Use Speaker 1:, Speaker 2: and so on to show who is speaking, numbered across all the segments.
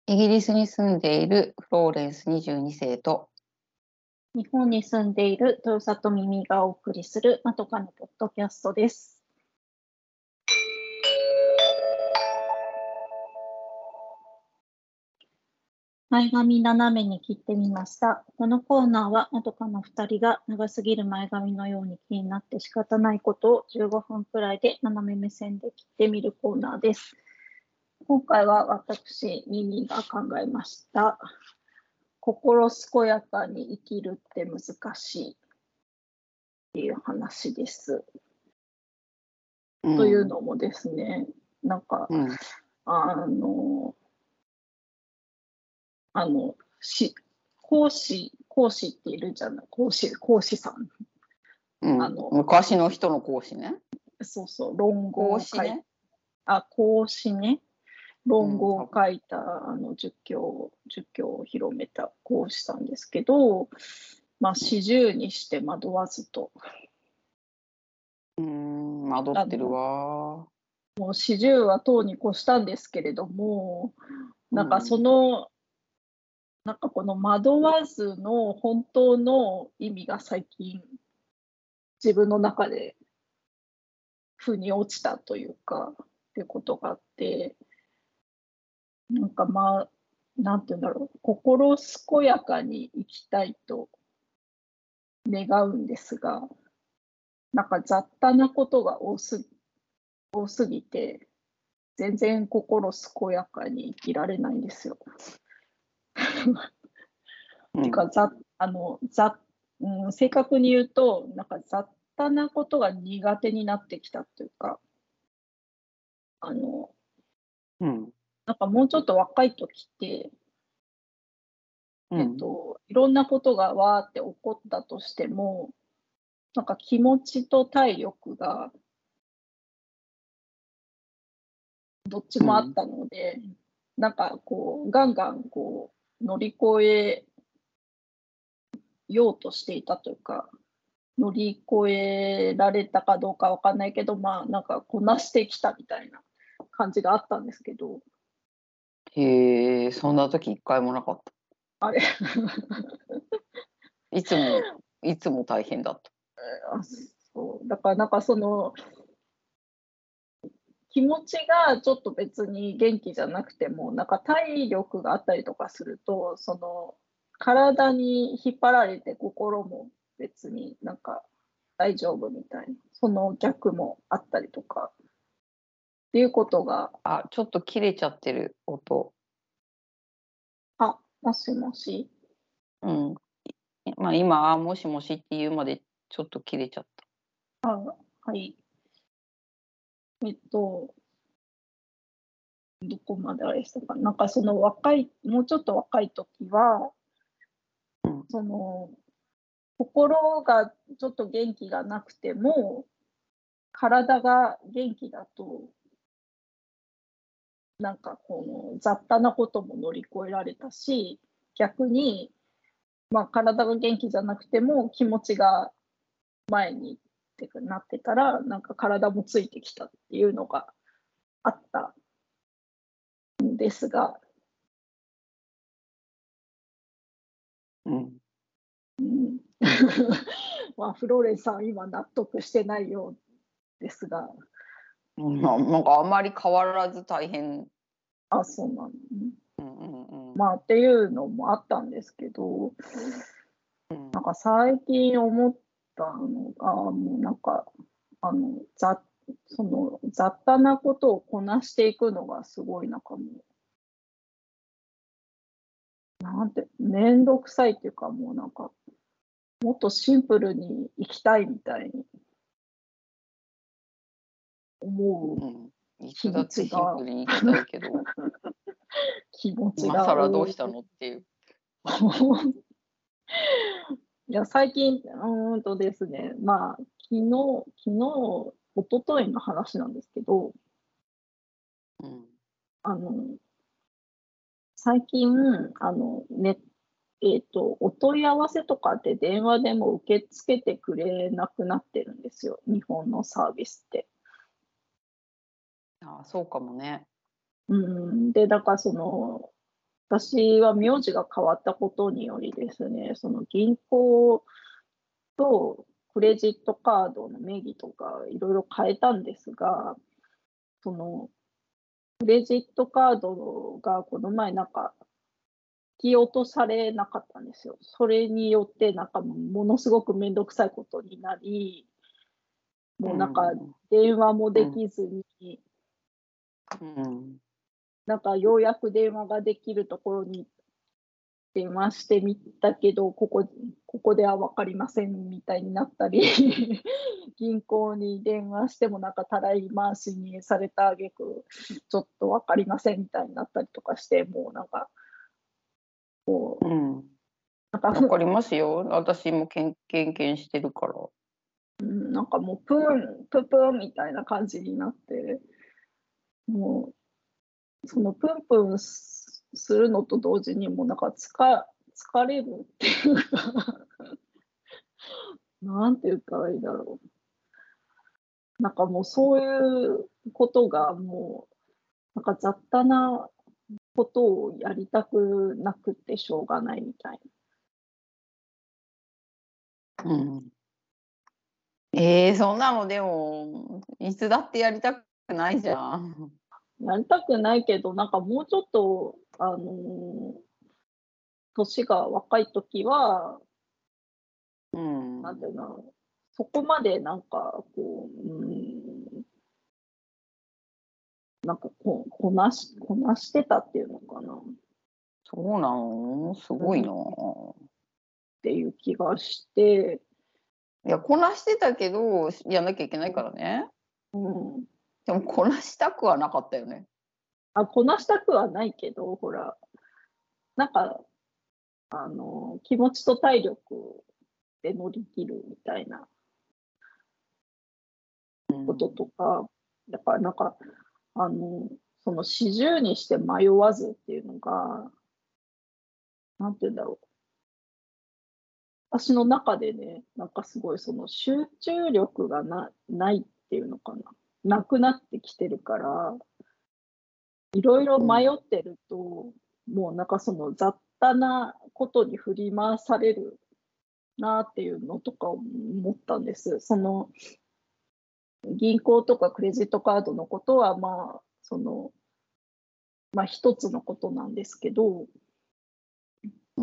Speaker 1: イギリスに住んでいるフローレンス22世と、
Speaker 2: 日本に住んでいる豊里耳がお送りするまどかのポッドキャストです。前髪斜めに切ってみました。このコーナーはまどかの2人が長すぎる前髪のように気になって仕方ないことを15分くらいで斜め目線で切ってみるコーナーです。今回は私、耳が考えました。心健やかに生きるって難しいっていう話です。というのもですね、なんか、
Speaker 1: うん、
Speaker 2: あの、あの、し講師っているじゃない、講師さん。
Speaker 1: 昔の人の講師ね。
Speaker 2: そうそう、論語を書い
Speaker 1: ね。
Speaker 2: 講師ね。論語を
Speaker 1: 多分
Speaker 2: 書いた、儒教を広めた講師さんですけど、四十にして惑わずと。
Speaker 1: 惑ってるわ。
Speaker 2: もう四十はとうに越したんですけれども、なんかこの惑わずの本当の意味が最近自分の中で腑に落ちたというかっていうことがあって、なんて言うんだろう、心健やかに生きたいと願うんですが、なんか雑多なことが多すぎて、全然心健やかに生きられないんですよ。てか正確に言うと、なんか雑多なことが苦手になってきたというか、なんかもうちょっと若い時って、いろんなことがわーって起こったとしても、なんか気持ちと体力がどっちもあったので、なんかこうガンガンこう乗り越えようとしていたというか、乗り越えられたかどうかわかんないけど、なんかこなしてきたみたいな感じがあったんですけど、
Speaker 1: へえ、そんな時一回もなかった。
Speaker 2: あれ
Speaker 1: いつも大変だった。
Speaker 2: そうだからなんかその気持ちがちょっと別に元気じゃなくても、なんか体力があったりとかすると、その体に引っ張られて心も別になんか大丈夫みたいな、その逆もあったりとかっていうことが、
Speaker 1: あ、ちょっと切れちゃってる音。
Speaker 2: もしもし、
Speaker 1: うん。今、もしもしって言うまでちょっと切れちゃった。
Speaker 2: はい、えっと、どこまであれでしたか、なんかそのもうちょっと若い時は、その心がちょっと元気がなくても、体が元気だと、なんかこの雑多なことも乗り越えられたし、逆に、体が元気じゃなくても気持ちが前にってなってたら、なんか体もついてきたっていうのがあったんですが、
Speaker 1: うん。
Speaker 2: フローレンさん今納得してないようですが、
Speaker 1: なんかあんまり変わらず大変。
Speaker 2: そうなのね。
Speaker 1: うん
Speaker 2: っていうのもあったんですけど、なんか最近思ったのが、もうなんか、あの、ざその雑多なことをこなしていくのがすごいなんかもう、めんどくさいっていうか、もうなんか、もっとシンプルに生きたいみたいに思う
Speaker 1: い
Speaker 2: 気
Speaker 1: つだ
Speaker 2: 持ちが、
Speaker 1: ってシンプルに生きたいけど、
Speaker 2: 気持ち
Speaker 1: 今
Speaker 2: が
Speaker 1: 更どうしたのっていう。
Speaker 2: いや、最近、ですね、一昨日の話なんですけど、
Speaker 1: うん。
Speaker 2: あの、最近、あの、ね、お問い合わせとかって電話でも受け付けてくれなくなってるんですよ、日本のサービスって。
Speaker 1: あ、そうかもね。
Speaker 2: で、だから私は名字が変わったことによりですね、その銀行とクレジットカードの名義とかいろいろ変えたんですが、そのクレジットカードがこの前なんか引き落とされなかったんですよ。それによってなんかものすごくめんどくさいことになり、
Speaker 1: う
Speaker 2: もうなんか
Speaker 1: ん。
Speaker 2: 電話もで
Speaker 1: うん。
Speaker 2: きずに、
Speaker 1: うん。
Speaker 2: なんかようやく電話ができるところに電話してみたけど、ここでは分かりませんみたいになったり、銀行に電話してもなんかたらい回しにされた挙句、ちょっと分かりませんみたいになったりとかして、もうなんか、こ
Speaker 1: うん。
Speaker 2: う、なんか、
Speaker 1: わかりますよ。私も経験してるから。
Speaker 2: なんかもうププンみたいな感じになって、もう、そのプンプンするのと同時に、もうなんか疲れるっていうか、なんて言ったらいいだろう。なんかもうそういうことがもう、なんか雑多なことをやりたくなくてしょうがないみたい
Speaker 1: うん。そんなのでも、いつだってやりたくないじゃん。
Speaker 2: な。やりたくないけど、なんかもうちょっと、年が若い時は、
Speaker 1: うん。
Speaker 2: なんていうの、そこまでなんかこう、なんかこなしてたっていうのかな、っ
Speaker 1: そうなの？すごいな。
Speaker 2: ていう気がして、
Speaker 1: いや、こなしてたけど、やんなきゃいけないからね。
Speaker 2: うん。
Speaker 1: でもこなしたくはなかったよね。
Speaker 2: こなしたくはないけど、ほら、なんか、気持ちと体力で乗り切るみたいな
Speaker 1: う
Speaker 2: ことと
Speaker 1: ん。
Speaker 2: か、だからなんか、あの、その40にして迷わずっていうのが、なんて言うんだろう。私の中でね、なんかすごいその集中力がないっていうのかな。なくなってきてるから、いろいろ
Speaker 1: うん。
Speaker 2: 迷ってると、もうなんかその雑多なことに振り回されるなっていうのとか思ったんです。その銀行とかクレジットカードのことは、まあ、一つのことなんですけど、
Speaker 1: うん。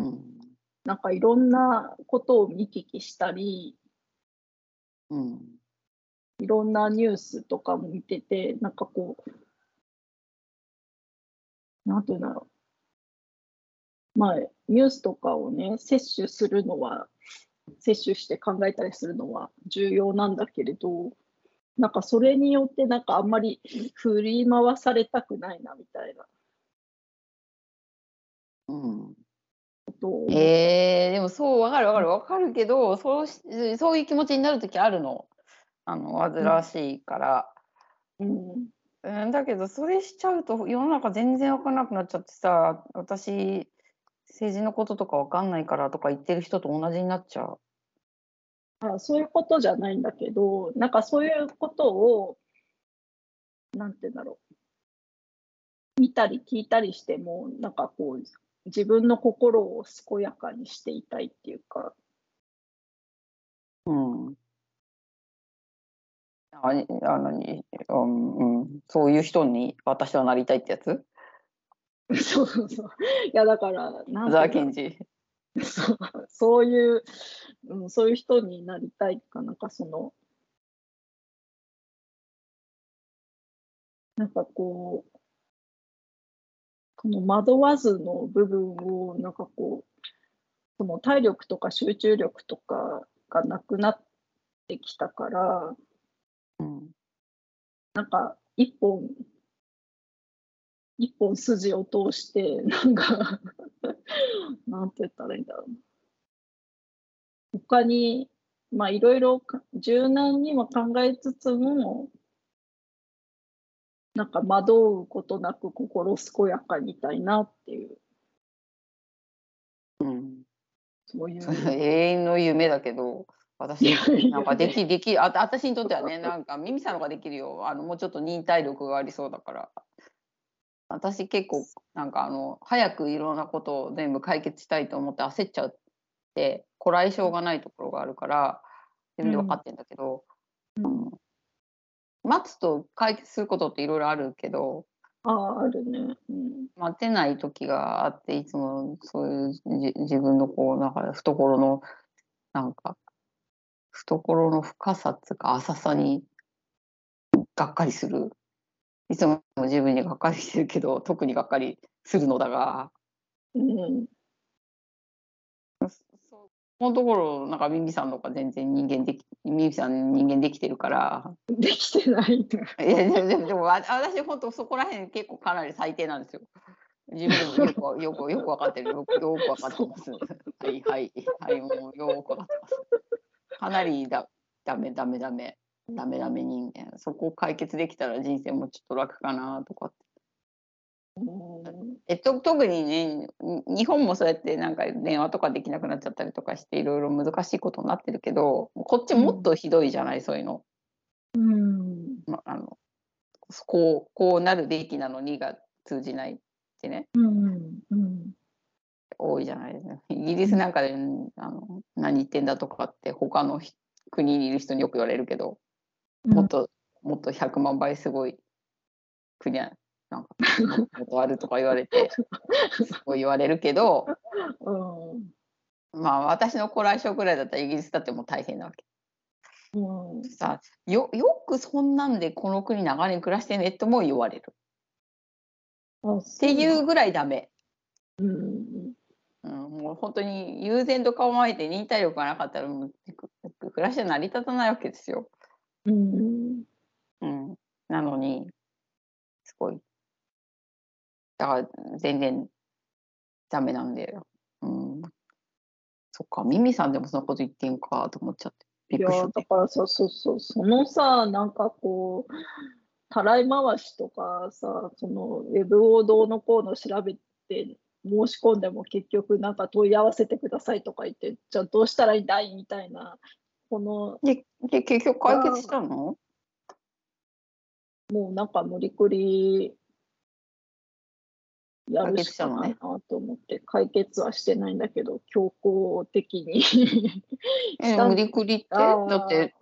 Speaker 2: なんかいろんなことを見聞きしたり、
Speaker 1: うん。
Speaker 2: いろんなニュースとかも見てて、なんかこう、なんていうんだろう。まあ、ニュースとかをね、摂取して考えたりするのは重要なんだけれど、なんかそれによってなんかあんまり振り回されたくないなみたいな
Speaker 1: うん。
Speaker 2: ことを思っ
Speaker 1: でもそう、わかるけど、そういう気持ちになる時あるの。煩わしいから。
Speaker 2: うん、
Speaker 1: だけどそれしちゃうと世の中全然わかんなくなっちゃってさ、私、政治のこととかわかんないからとか言ってる人と同じになっちゃう。
Speaker 2: そういうことじゃないんだけど、なんかそういうことを、なんていうんだろう、見たり聞いたりしても、なんかこう、自分の心を健やかにしていたいっていうか、
Speaker 1: うん。そういう人に私はなりたいってやつ？
Speaker 2: そうそうそう。いやだから、なんてい
Speaker 1: ザー
Speaker 2: うんだろ
Speaker 1: ケンジ。
Speaker 2: う、そういう、そういう人になりたいかなんかなんかこう、この惑わずの部分を、なんかこう、その体力とか集中力とかがなくなってきたから、
Speaker 1: うん。
Speaker 2: なんか一本筋を通して、なんかなんて言ったらいいんだろう。他に、まあいろいろ柔軟にも考えつつも、なんか惑うことなく心健やかにいたいなっていう、
Speaker 1: うん。
Speaker 2: そうい
Speaker 1: それ
Speaker 2: う、
Speaker 1: 永遠の夢だけど、私、なんか
Speaker 2: 夢。
Speaker 1: 私にとってはね、なんかミミさんの方ができるよ。もうちょっと忍耐力がありそうだから。 私結構なんか早くいろんなことを全部解決したいと思って焦っちゃって、こらえ性がないところがあるから、自分で分かってんだけど、待つと解決することっていろいろあるけど、
Speaker 2: あるね。
Speaker 1: 待てない時があって、いつもそういう自分のこうなんか懐のなんか懐の深さっていうか浅さにがっかりする。いつも自分にがっかりしてるけど、特にがっかりするのだが、そうこのところなんかミミさんとか全然ミミさん人間できてるから、
Speaker 2: できてないんだ。
Speaker 1: いやでも私本当そこら辺結構かなり最低なんですよ。自分でもよく分かってる。よく分かってます。はいはいはい、もうよく分かってます。かなりダメ人間。そこを解決できたら人生もちょっと楽かなとかって。特にね、日本もそうやってなんか電話とかできなくなっちゃったりとかしていろいろ難しいことになってるけど、こっちもっとひどいじゃない、そういうの。ま、こうなるべきなのにが通じないってね、多いじゃないですか。イギリスなんかで、何言ってんだとかって他の国にいる人によく言われるけど、もっと100万倍すごい国はなんかもっとあるとか言われて、すごい言われるけど、まあ私のこらえ性ぐらいだったらイギリスだってもう大変なわけ。さよくそんなんでこの国長年暮らしてねとも言われる。っていうぐらいダメ。もう本当に悠然と構えて忍耐力がなかったらもう暮らしは成り立たないわけですよ。なのにすごいだから全然ダメなんだよ。そっか、ミミさんでもそんなこと言ってんかと思っちゃって。びっくりしちゃっ
Speaker 2: だからさ、そのさ、なんかこう、たらい回しとかさ、そのウェブをどうのこうの調べて申し込んでも結局なんか問い合わせてくださいとか言って、じゃあどうしたらいいんだいみたいな、この、
Speaker 1: で結局解決したの？
Speaker 2: もうなんか無理くりやるしかないなと思って、解決はしてないんだけど、強行的に
Speaker 1: 無理くりってだって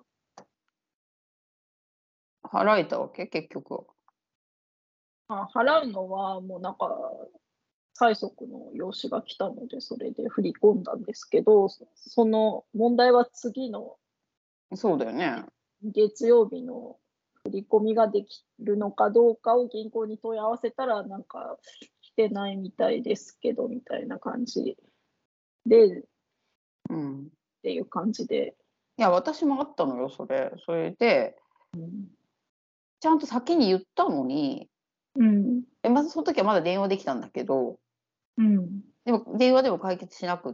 Speaker 1: 払えたわけ結局は。
Speaker 2: 払うのはもうなんか催促の用紙が来たのでそれで振り込んだんですけど、その問題は次の
Speaker 1: そうだよね。
Speaker 2: 月曜日の振り込みができるのかどうかを銀行に問い合わせたらなんか来てないみたいですけどみたいな感じで、っていう感じで。
Speaker 1: いや私もあったのよそれで、ちゃんと先に言ったのに、まずその時はまだ電話できたんだけど、でも電話でも解決しなくって、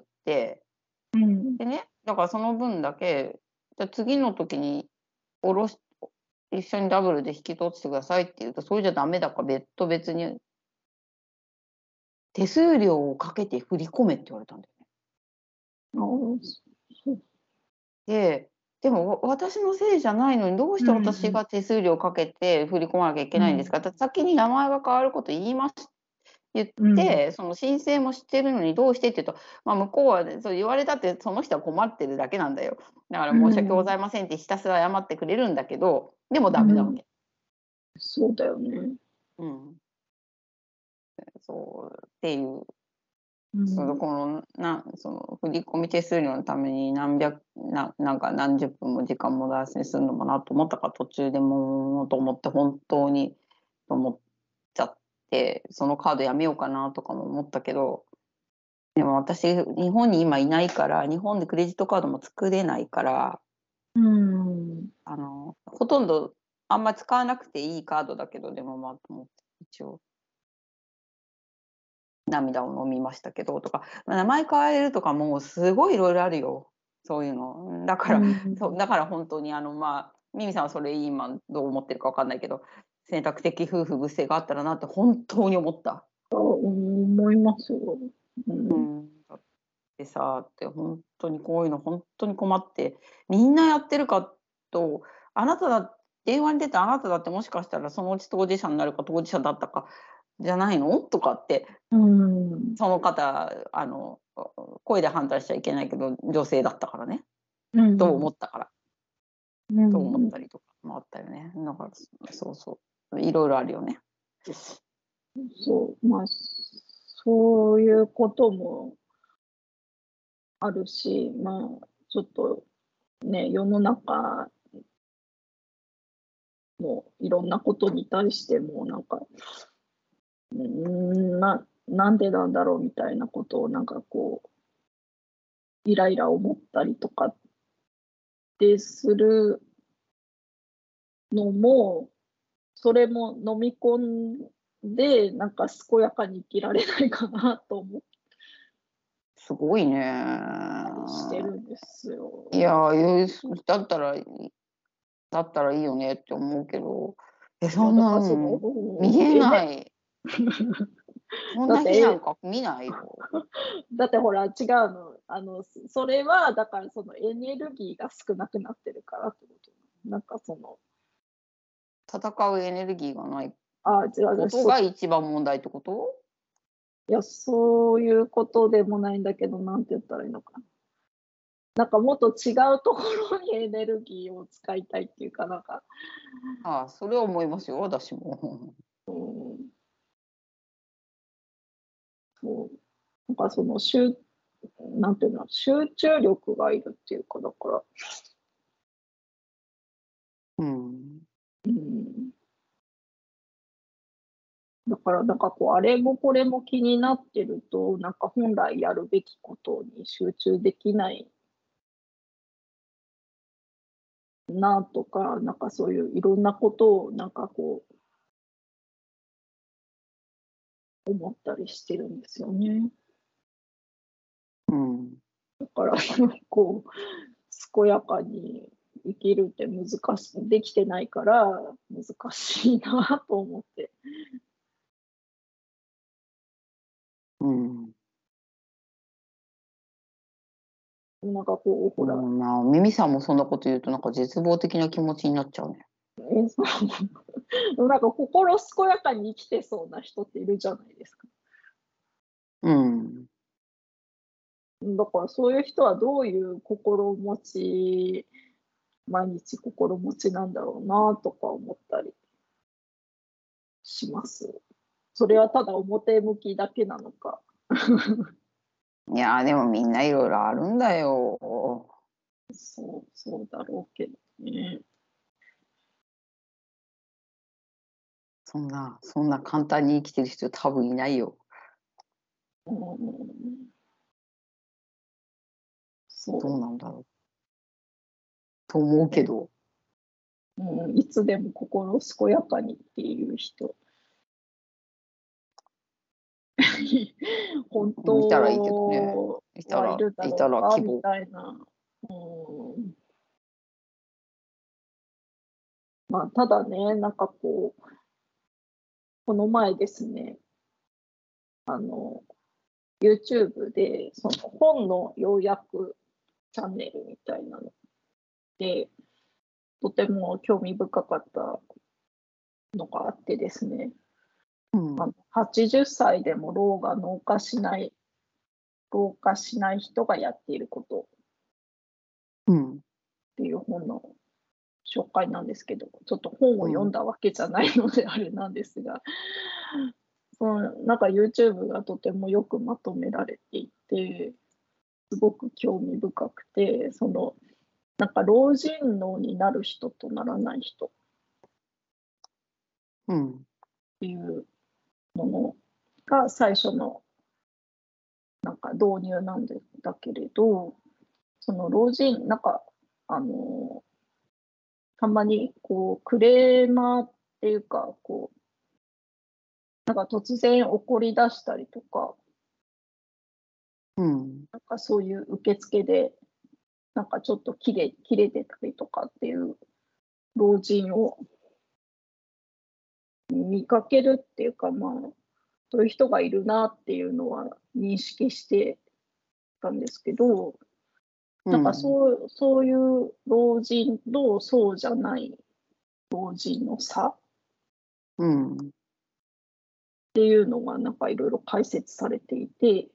Speaker 1: でね、だからその分だけ、じゃ次の時に一緒にダブルで引き取ってくださいって言うと、それじゃダメだから別に手数料をかけて振り込めって言われたんだよね。でも私のせいじゃないのにどうして私が手数料をかけて振り込まなきゃいけないんですか、先に名前が変わること言って、その申請もしてるのにどうしてって言うと、向こうは、そう言われたってその人は困ってるだけなんだよ。だから申し訳ございませんってひたすら謝ってくれるんだけど、でもダメなわけ。
Speaker 2: そうだよね。
Speaker 1: そうっていう、その振り込み手数料のためになんか何十分も時間も出しにするのもなと思ったから、途中でもうと思って本当にと思っちゃって、そのカードやめようかなとかも思ったけど、でも私日本に今いないから、日本でクレジットカードも作れないから、ほとんどあんまり使わなくていいカードだけど、でもと思って一応涙を飲みましたけどとか、名前変えるとかもすごいいろいろあるよ、そういうの。だから本当にミミさんはそれ今どう思ってるか分かんないけど、選択的夫婦別姓があったらなって本当に思った。
Speaker 2: 思いますよ。
Speaker 1: だってさって本当にこういうの本当に困って、みんなやってるかと、電話に出てあなただってもしかしたらそのうち当事者になるか当事者だったかじゃないのとかって
Speaker 2: うん。
Speaker 1: その方声で判断しちゃいけないけど女性だったからね、
Speaker 2: うん。
Speaker 1: と思ったから
Speaker 2: うん。
Speaker 1: と思ったりとかもあったよね。だからそうそういろいろあるよね。
Speaker 2: そう、まあ、そういうこともあるし、まあ、ちょっとね、世の中のいろんなことに対しても、なんか、なんでなんだろうみたいなことを、なんかこう、イライラ思ったりとかってするのも、それも飲み込んで、なんか健やかに生きられないかなと思っ
Speaker 1: すごいね。
Speaker 2: たりしてるんですよ。
Speaker 1: いやだったらいいよねって思うけど、
Speaker 2: いや、
Speaker 1: そんな
Speaker 2: だから
Speaker 1: 見えない。そんな日なん
Speaker 2: だって、
Speaker 1: か見ないよ。
Speaker 2: だってほら違うの。それはだからそのエネルギーが少なくなってるからってこと。なんかその、
Speaker 1: 戦うエネルギーがない
Speaker 2: 違う、
Speaker 1: ことが一番問題ってこと？
Speaker 2: いや、そういうことでもないんだけど、なんて言ったらいいのかな。なんかもっと違うところにエネルギーを使いたいっていうか、なんか、
Speaker 1: ああ、それは思いますよ、私も。
Speaker 2: うん、そう、なんかそのなんていうの、集中力がいるっていうか、だから、
Speaker 1: うん。
Speaker 2: うん、だからなんかこう、あれもこれも気になってると、なんか本来やるべきことに集中できないなとか、なんかそういういろんなことをなんかこう思ったりしてるんですよね。
Speaker 1: うん。
Speaker 2: だからこう健やかに生きるってできてないから難しいなと思って。
Speaker 1: うん。
Speaker 2: なんかこうほら、
Speaker 1: ミミさんもそんなこと言うとなんか絶望的な気持ちになっちゃうね。
Speaker 2: なんか心健やかに生きてそうな人っているじゃないですか。
Speaker 1: うん。
Speaker 2: だからそういう人はどういう毎日心持ちなんだろうなとか思ったりします。それはただ表向きだけなのか。
Speaker 1: いやでもみんないろいろあるんだよ。
Speaker 2: そうだろうけどね。
Speaker 1: そんな簡単に生きてる人多分いないよ。
Speaker 2: うん、
Speaker 1: どう
Speaker 2: そ
Speaker 1: なんだろう。と思うけ
Speaker 2: う、
Speaker 1: ど。
Speaker 2: いつでも心健やかにっていう人。本
Speaker 1: いたらいいけどね。
Speaker 2: 当はいるだ
Speaker 1: いた
Speaker 2: ろうかみ
Speaker 1: ら希望。
Speaker 2: たいな。うん、まあ、ただね、なんかこう、この前ですね、YouTube で、その本の要約チャンネルみたいなので、とても興味深かったのがあってですね、
Speaker 1: うん。
Speaker 2: 80歳でも老化しない人がやっていることっ
Speaker 1: うん。
Speaker 2: ていう本の紹介なんですけど、ちょっと本を
Speaker 1: うん。
Speaker 2: 読んだわけじゃないのであれなんですが、なんか YouTube がとてもよくまとめられていて、すごく興味深くて、なんか老人脳になる人とならない人っ
Speaker 1: うん。
Speaker 2: ていうものが最初のなんか導入だけれど、その老人、なんか、あの、たまにこう、クレーマーっていうか、こう、なんか突然怒り出したりとか、
Speaker 1: うん。
Speaker 2: なんかそういう受付で、なんかちょっと切れてたりとかっていう老人を見かけるっていうか、まあ、そういう人がいるなっていうのは認識してたんですけど、なんか
Speaker 1: うん。
Speaker 2: そういう老人とそうじゃない老人の差っ
Speaker 1: うん。
Speaker 2: ていうのがなんかいろいろ解説されていて、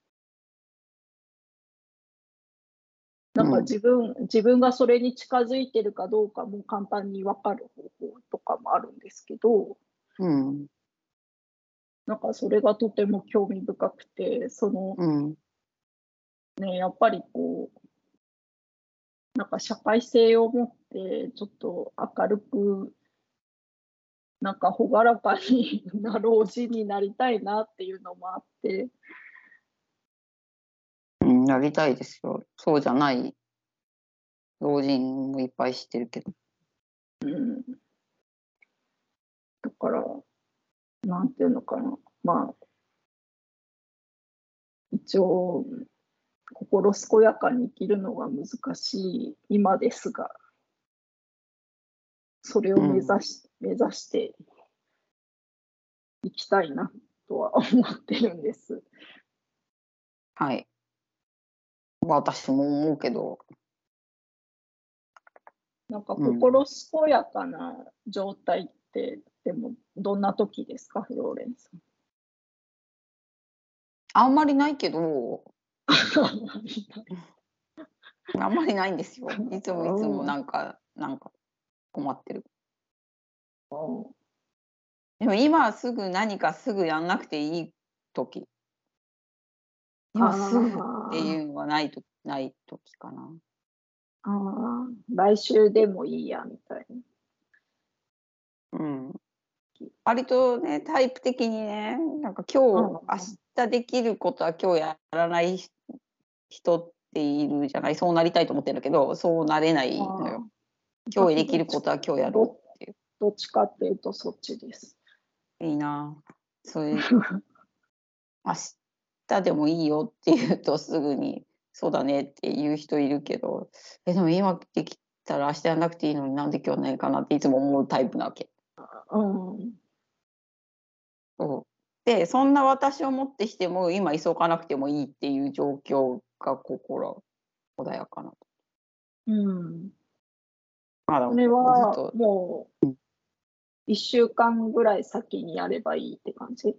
Speaker 2: なんか自分がそれに近づいてるかどうかも簡単に分かる方法とかもあるんですけど、
Speaker 1: うん、
Speaker 2: なんかそれがとても興味深くて、
Speaker 1: うん、
Speaker 2: やっぱりこう、なんか社会性を持ってちょっと明るく、なんか朗らかにな老人になりたいなっていうのもあって、
Speaker 1: うん、やりたいですよ。そうじゃない老人もいっぱい知ってるけど。
Speaker 2: うん、だから、なんていうのかな、まあ、一応、心健やかに生きるのが難しい今ですが、それを
Speaker 1: うん、
Speaker 2: 目指していきたいなとは思ってるんです。
Speaker 1: はい。私も思うけど、
Speaker 2: なんか
Speaker 1: うん。
Speaker 2: 心健やかな状態って、でもどんな時ですか、フローレンス
Speaker 1: あんまりないけど、
Speaker 2: さん。
Speaker 1: あんまりないんですよ。いつもいつも
Speaker 2: うん、
Speaker 1: なんか困ってる。でも今すぐ何かすぐやんなくていい時、今すぐって
Speaker 2: あ
Speaker 1: いうのはない時かな。
Speaker 2: 来週でもいいやみたいな。
Speaker 1: うん。割とね、タイプ的にね、なんか今日、明日できることは今日やらない人っているじゃない。そうなりたいと思ってるんだけど、そうなれないのよ。今日できることは今日やろう
Speaker 2: ど
Speaker 1: っていう。
Speaker 2: どっちかっていうとそっちです。
Speaker 1: いいな。それ、明日でもいいよって言うとすぐに、そうだねって言う人いるけど、でも今できたら明日やんなくていいのになんで今日ないかなっていつも思うタイプなわけ。
Speaker 2: うん。
Speaker 1: そう。で、そんな私をもってしても、今急がなくてもいいっていう状況が心穏やかな。
Speaker 2: うん。
Speaker 1: まだ
Speaker 2: それは
Speaker 1: ずっと、
Speaker 2: もう1週間ぐらい先にやればいいって感じ？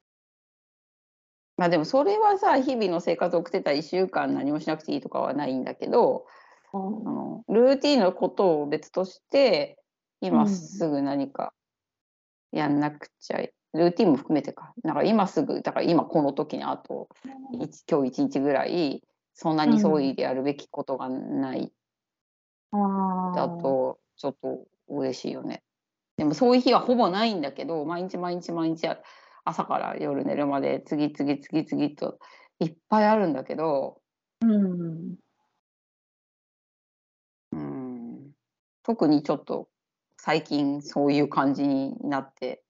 Speaker 1: まあでもそれはさ、日々の生活を送ってたら1週間何もしなくていいとかはないんだけど、
Speaker 2: うん。
Speaker 1: ルーティンのことを別として、今
Speaker 2: うん。
Speaker 1: すぐ何かやんなくちゃ、ルーティンも含めてか。だから今すぐ、だから今この時にあと、今日一日ぐらい、そんなに急いでやるべきことがない
Speaker 2: ああ。
Speaker 1: だと、ちょっと嬉しいよね。でもそういう日はほぼないんだけど、毎日朝から夜寝るまで次々といっぱいあるんだけど、
Speaker 2: うん。
Speaker 1: うん、特にちょっと最近そういう感じになって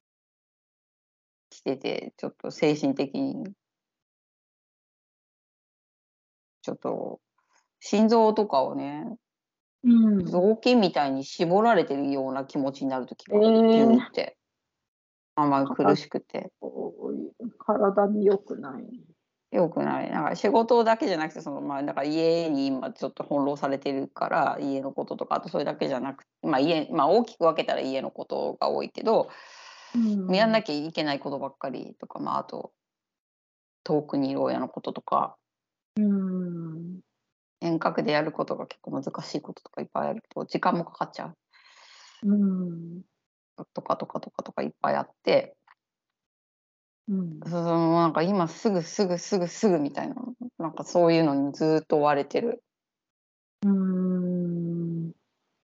Speaker 1: きてて、ちょっと精神的にちょっと心臓とかをね、
Speaker 2: うん。
Speaker 1: 雑巾みたいに絞られてるような気持ちになる時
Speaker 2: え
Speaker 1: がピューっ
Speaker 2: え、
Speaker 1: て、あんまり苦しくて。
Speaker 2: 体に良くない。
Speaker 1: 良くない。なんか仕事だけじゃなくて、まあ、だから家に今ちょっと翻弄されてるから、家のこととか、あとそれだけじゃなく、まあ大きく分けたら家のことが多いけど、
Speaker 2: うん。
Speaker 1: やんなきゃいけないことばっかりとか、まああと遠くにいる親のこととか、
Speaker 2: うん。
Speaker 1: 遠隔でやることが結構難しいこととかいっぱいあるけど、時間もかかっちゃう
Speaker 2: うん。
Speaker 1: とかいっぱいあって、
Speaker 2: うん。
Speaker 1: なんか今すぐみたいな、なんかそういうのにずっと追われてる
Speaker 2: うん。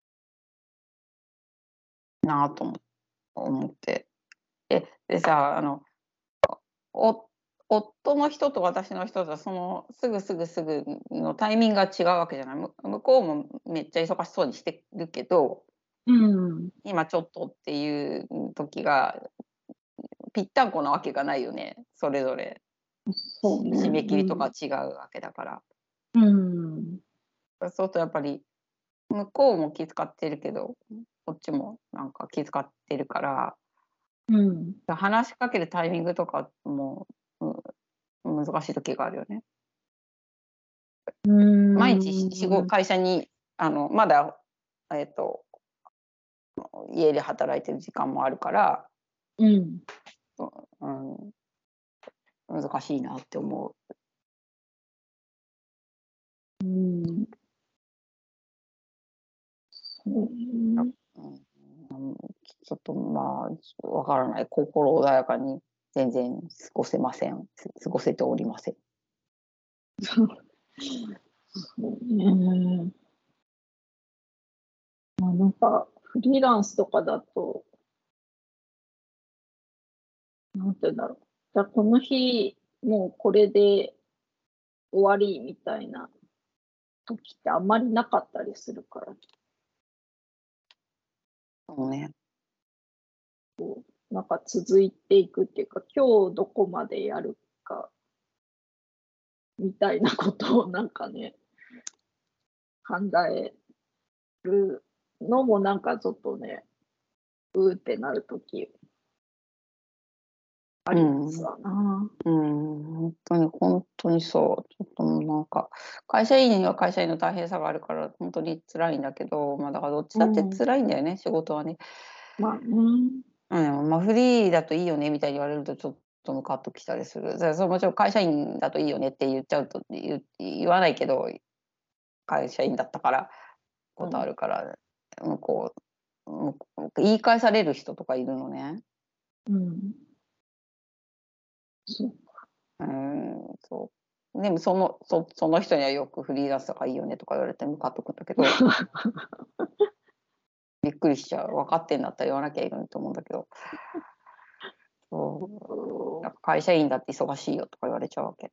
Speaker 1: なと思って。でさ、お夫の人と私の人とはすぐのタイミングが違うわけじゃない。向こうもめっちゃ忙しそうにしてるけど、
Speaker 2: うん。
Speaker 1: 今ちょっとっていう時がぴったんこなわけがないよね。それぞれ
Speaker 2: そうね。
Speaker 1: 締め切りと
Speaker 2: うん。
Speaker 1: か違うわけだから。
Speaker 2: うん。
Speaker 1: そうするとやっぱり向こうも気遣ってるけど、こっちもなんか気遣ってるから、
Speaker 2: うん。
Speaker 1: 話しかけるタイミングとかも、難しい時があるよね。
Speaker 2: う
Speaker 1: 毎日
Speaker 2: ん。
Speaker 1: 会社にまだ、えっと、家で働いてる時間もあるから、
Speaker 2: うん。
Speaker 1: と、難しいなって思
Speaker 2: うん。そうね。
Speaker 1: う。ちょっとまあ、わからない。心穏やかに全然過ごせません。過ごせておりません。
Speaker 2: そうね。まあ、なんか、フリーランスとかだと、なんて言うんだろう。じゃあこの日、もうこれで終わりみたいな時ってあんまりなかったりするから、
Speaker 1: そうね。
Speaker 2: なんか続いていくっていうか、今日どこまでやるかみたいなことをなんかね、考えるのもなんかちょっとね、うーってなる時ありますわな。
Speaker 1: 本当にそう。ちょっともうなんか、会社員には会社員の大変さがあるから、本当に辛いんだけど、まあだからどっちだって
Speaker 2: うん。
Speaker 1: 辛いんだよね、仕事はね。
Speaker 2: まあね。
Speaker 1: まあフリーだといいよねみたいに言われるとちょっとムカッときたりする。もちろん会社員だといいよねって言っちゃうと言わないけど、会社員だったからことあるから、向こ言い返される人とかいるのね。
Speaker 2: うん。そう。
Speaker 1: そう。でもその人にはよくフリーランスとかいいよねとか言われてムカっとくんだけど、びっくりしちゃう。分かってんだったら言わなきゃいいのにと思うんだけど、なんか会社員だって忙しいよとか言われちゃうわけ。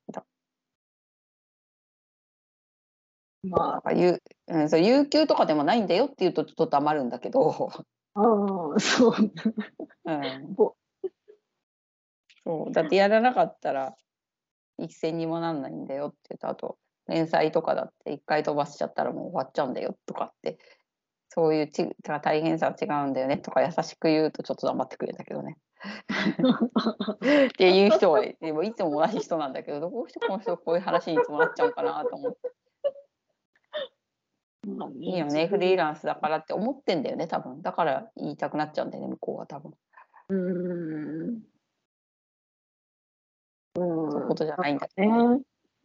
Speaker 2: まあ、
Speaker 1: そう有給とかでもないんだよって言うとちょっと黙るんだけど、
Speaker 2: そう。
Speaker 1: うん、
Speaker 2: ぼ
Speaker 1: そうだってやらなかったら一銭にもなんないんだよって言うと、あと連載とかだって一回飛ばしちゃったらもう終わっちゃうんだよとかって、そういう大変さは違うんだよねとか優しく言うとちょっと黙ってくれたけどね。っていう人はでもいつも同じ人なんだけど、どうしてこの人こういう話にいつもなっちゃうかなと思って。
Speaker 2: まあね、
Speaker 1: いいよね、フリーランスだからって思ってんだよね、多分。だから言いたくなっちゃうんだよね、向こうは多分。
Speaker 2: うーん。
Speaker 1: そういうことじゃ
Speaker 2: なん
Speaker 1: ないんだけどね。
Speaker 2: かね、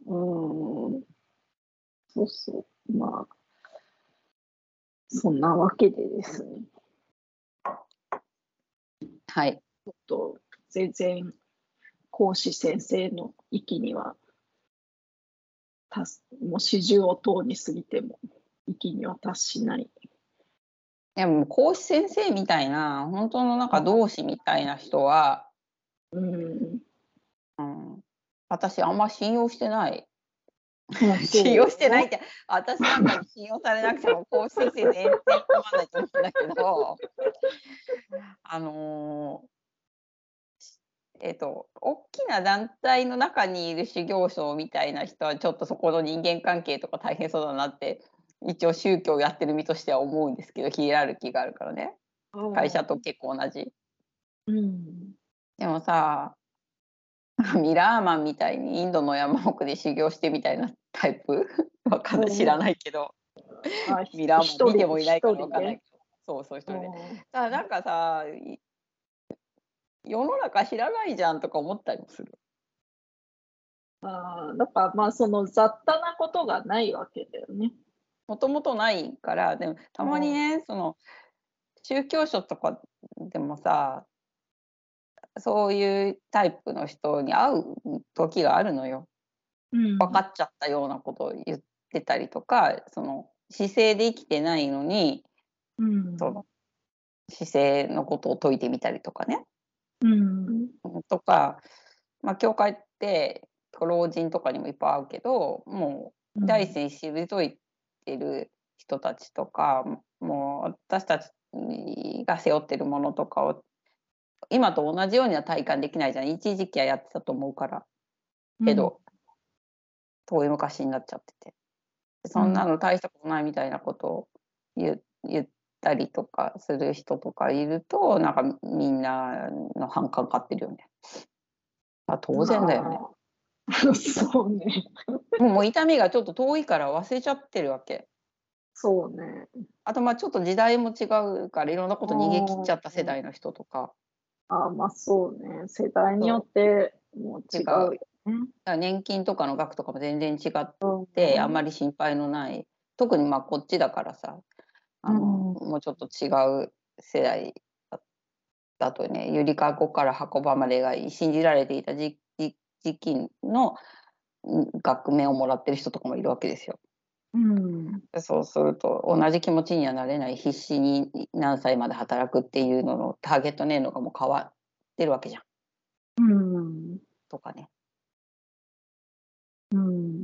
Speaker 2: そうそう。まあ、そんなわけでですね、
Speaker 1: はい。
Speaker 2: ちょっと全然講師先生の域にはもう始終を問うに過ぎても域には達しない。
Speaker 1: でも講師先生みたいな、本当のなんか同志みたいな人は、
Speaker 2: うん。
Speaker 1: うん、私あんま信用してない。
Speaker 2: まあ、
Speaker 1: 信用してないっ
Speaker 2: そ
Speaker 1: て、私なんかに信用されなくても講師先生全然困んないと思うんだけど、あの大きな団体の中にいる修行僧みたいな人はちょっとそこの人間関係とか大変そうだなって、一応宗教をやってる身としては思うんですけど、ヒエラルキーがあるからね。
Speaker 2: う。
Speaker 1: 会社と結構同じ。
Speaker 2: うん。
Speaker 1: でもさ、ミラーマンみたいにインドの山奥で修行してみたいなタイプわかんない、知らないけど、
Speaker 2: あ、
Speaker 1: ミラーマン見てもいないからわ
Speaker 2: 一人で。
Speaker 1: かんないけど、そう一人で。
Speaker 2: うん。
Speaker 1: だからなんかさ、世の中知らないじゃんとか思ったりもする。
Speaker 2: だからまあその雑多なことがないわけだよね。
Speaker 1: もともとないから、でもたまにね、その宗教書とかでもさ、そういうタイプの人に会う時があるのよ。
Speaker 2: うん。
Speaker 1: 分かっちゃったようなことを言ってたりとか、その姿勢で生きてないのに、
Speaker 2: うん。
Speaker 1: その姿勢のことを説いてみたりとかね。
Speaker 2: うん。
Speaker 1: とか、まあ、教会って老人とかにもいっぱい会うけど、もう第一
Speaker 2: うん。
Speaker 1: 線退いてる人たちとか、もう私たちが背負ってるものとかを今と同じようには体感できないじゃん。一時期はやってたと思うから。
Speaker 2: うん。
Speaker 1: けど、遠い昔になっちゃってて。そんなの大したことないみたいなことを言ったりとかする人とかいると、なんかみんなの反感買ってるよね。当然だよね。
Speaker 2: そうね。
Speaker 1: もう痛みがちょっと遠いから忘れちゃってるわけ。
Speaker 2: そうね。
Speaker 1: あとまあちょっと時代も違うからいろんなこと逃げ切っちゃった世
Speaker 2: うん。
Speaker 1: 代の人とか
Speaker 2: まあそうね。世代によ
Speaker 1: そ
Speaker 2: ってもう
Speaker 1: う、違う。
Speaker 2: 違うよ
Speaker 1: だか
Speaker 2: ね。
Speaker 1: ら年金とかの額とかも全然違っ
Speaker 2: う
Speaker 1: て、あんま
Speaker 2: ん。
Speaker 1: り心配のない、特にまあこっちだからさ、
Speaker 2: うん。
Speaker 1: もうちょっと違う世代だとね、ゆりかごから墓場までが信じられていた時期の額面をもらってる人とかもいるわけですよ。
Speaker 2: うん。
Speaker 1: そうすると同じ気持ちにはなれない、必死に何歳まで働くっていうののターゲット年齢がもう変わってるわけじゃん、
Speaker 2: うん。
Speaker 1: とかね、
Speaker 2: うん。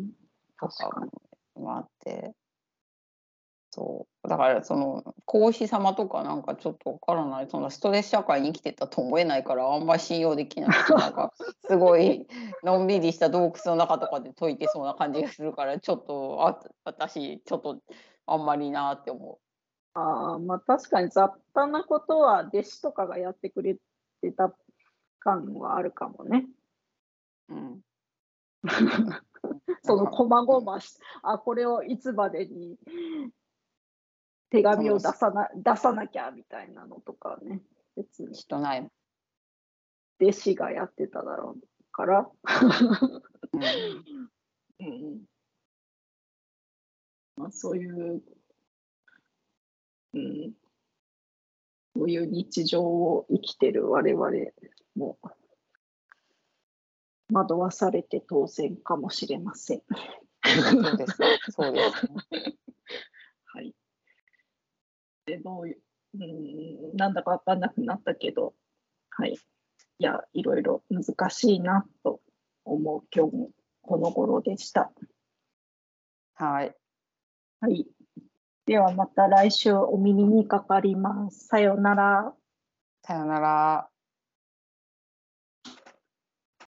Speaker 1: とか
Speaker 2: 確かに。
Speaker 1: もあって、そうだからその孔子様とかなんかちょっとわからない、そのストレス社会に生きてたと思えないからあんまり信用できないし、なんかすごいのんびりした洞窟の中とかで解いてそうな感じがするから、ちょっと私ちょっとあんまりなって思
Speaker 2: まあ確かに雑多なことは弟子とかがやってくれてた感はあるかもね。
Speaker 1: う。うん。
Speaker 2: その細
Speaker 1: うん、
Speaker 2: 々し、これをいつまでに手紙を
Speaker 1: その
Speaker 2: 出さなきゃみたいなのとかね、別に
Speaker 1: 人ない。
Speaker 2: 弟子がやってただろうから。
Speaker 1: うん。
Speaker 2: うん、まあそういう、うん、そういう日常を生きてる我々も惑わされて当然かもしれません。
Speaker 1: そうです。そうですね。
Speaker 2: はい。なんだかわかんなくなったけど、はい。いや、いろいろ難しいなと思う今日もこの頃でした。
Speaker 1: はい。
Speaker 2: はい。ではまた来週お耳にかかります。さようなら。
Speaker 1: さよなら。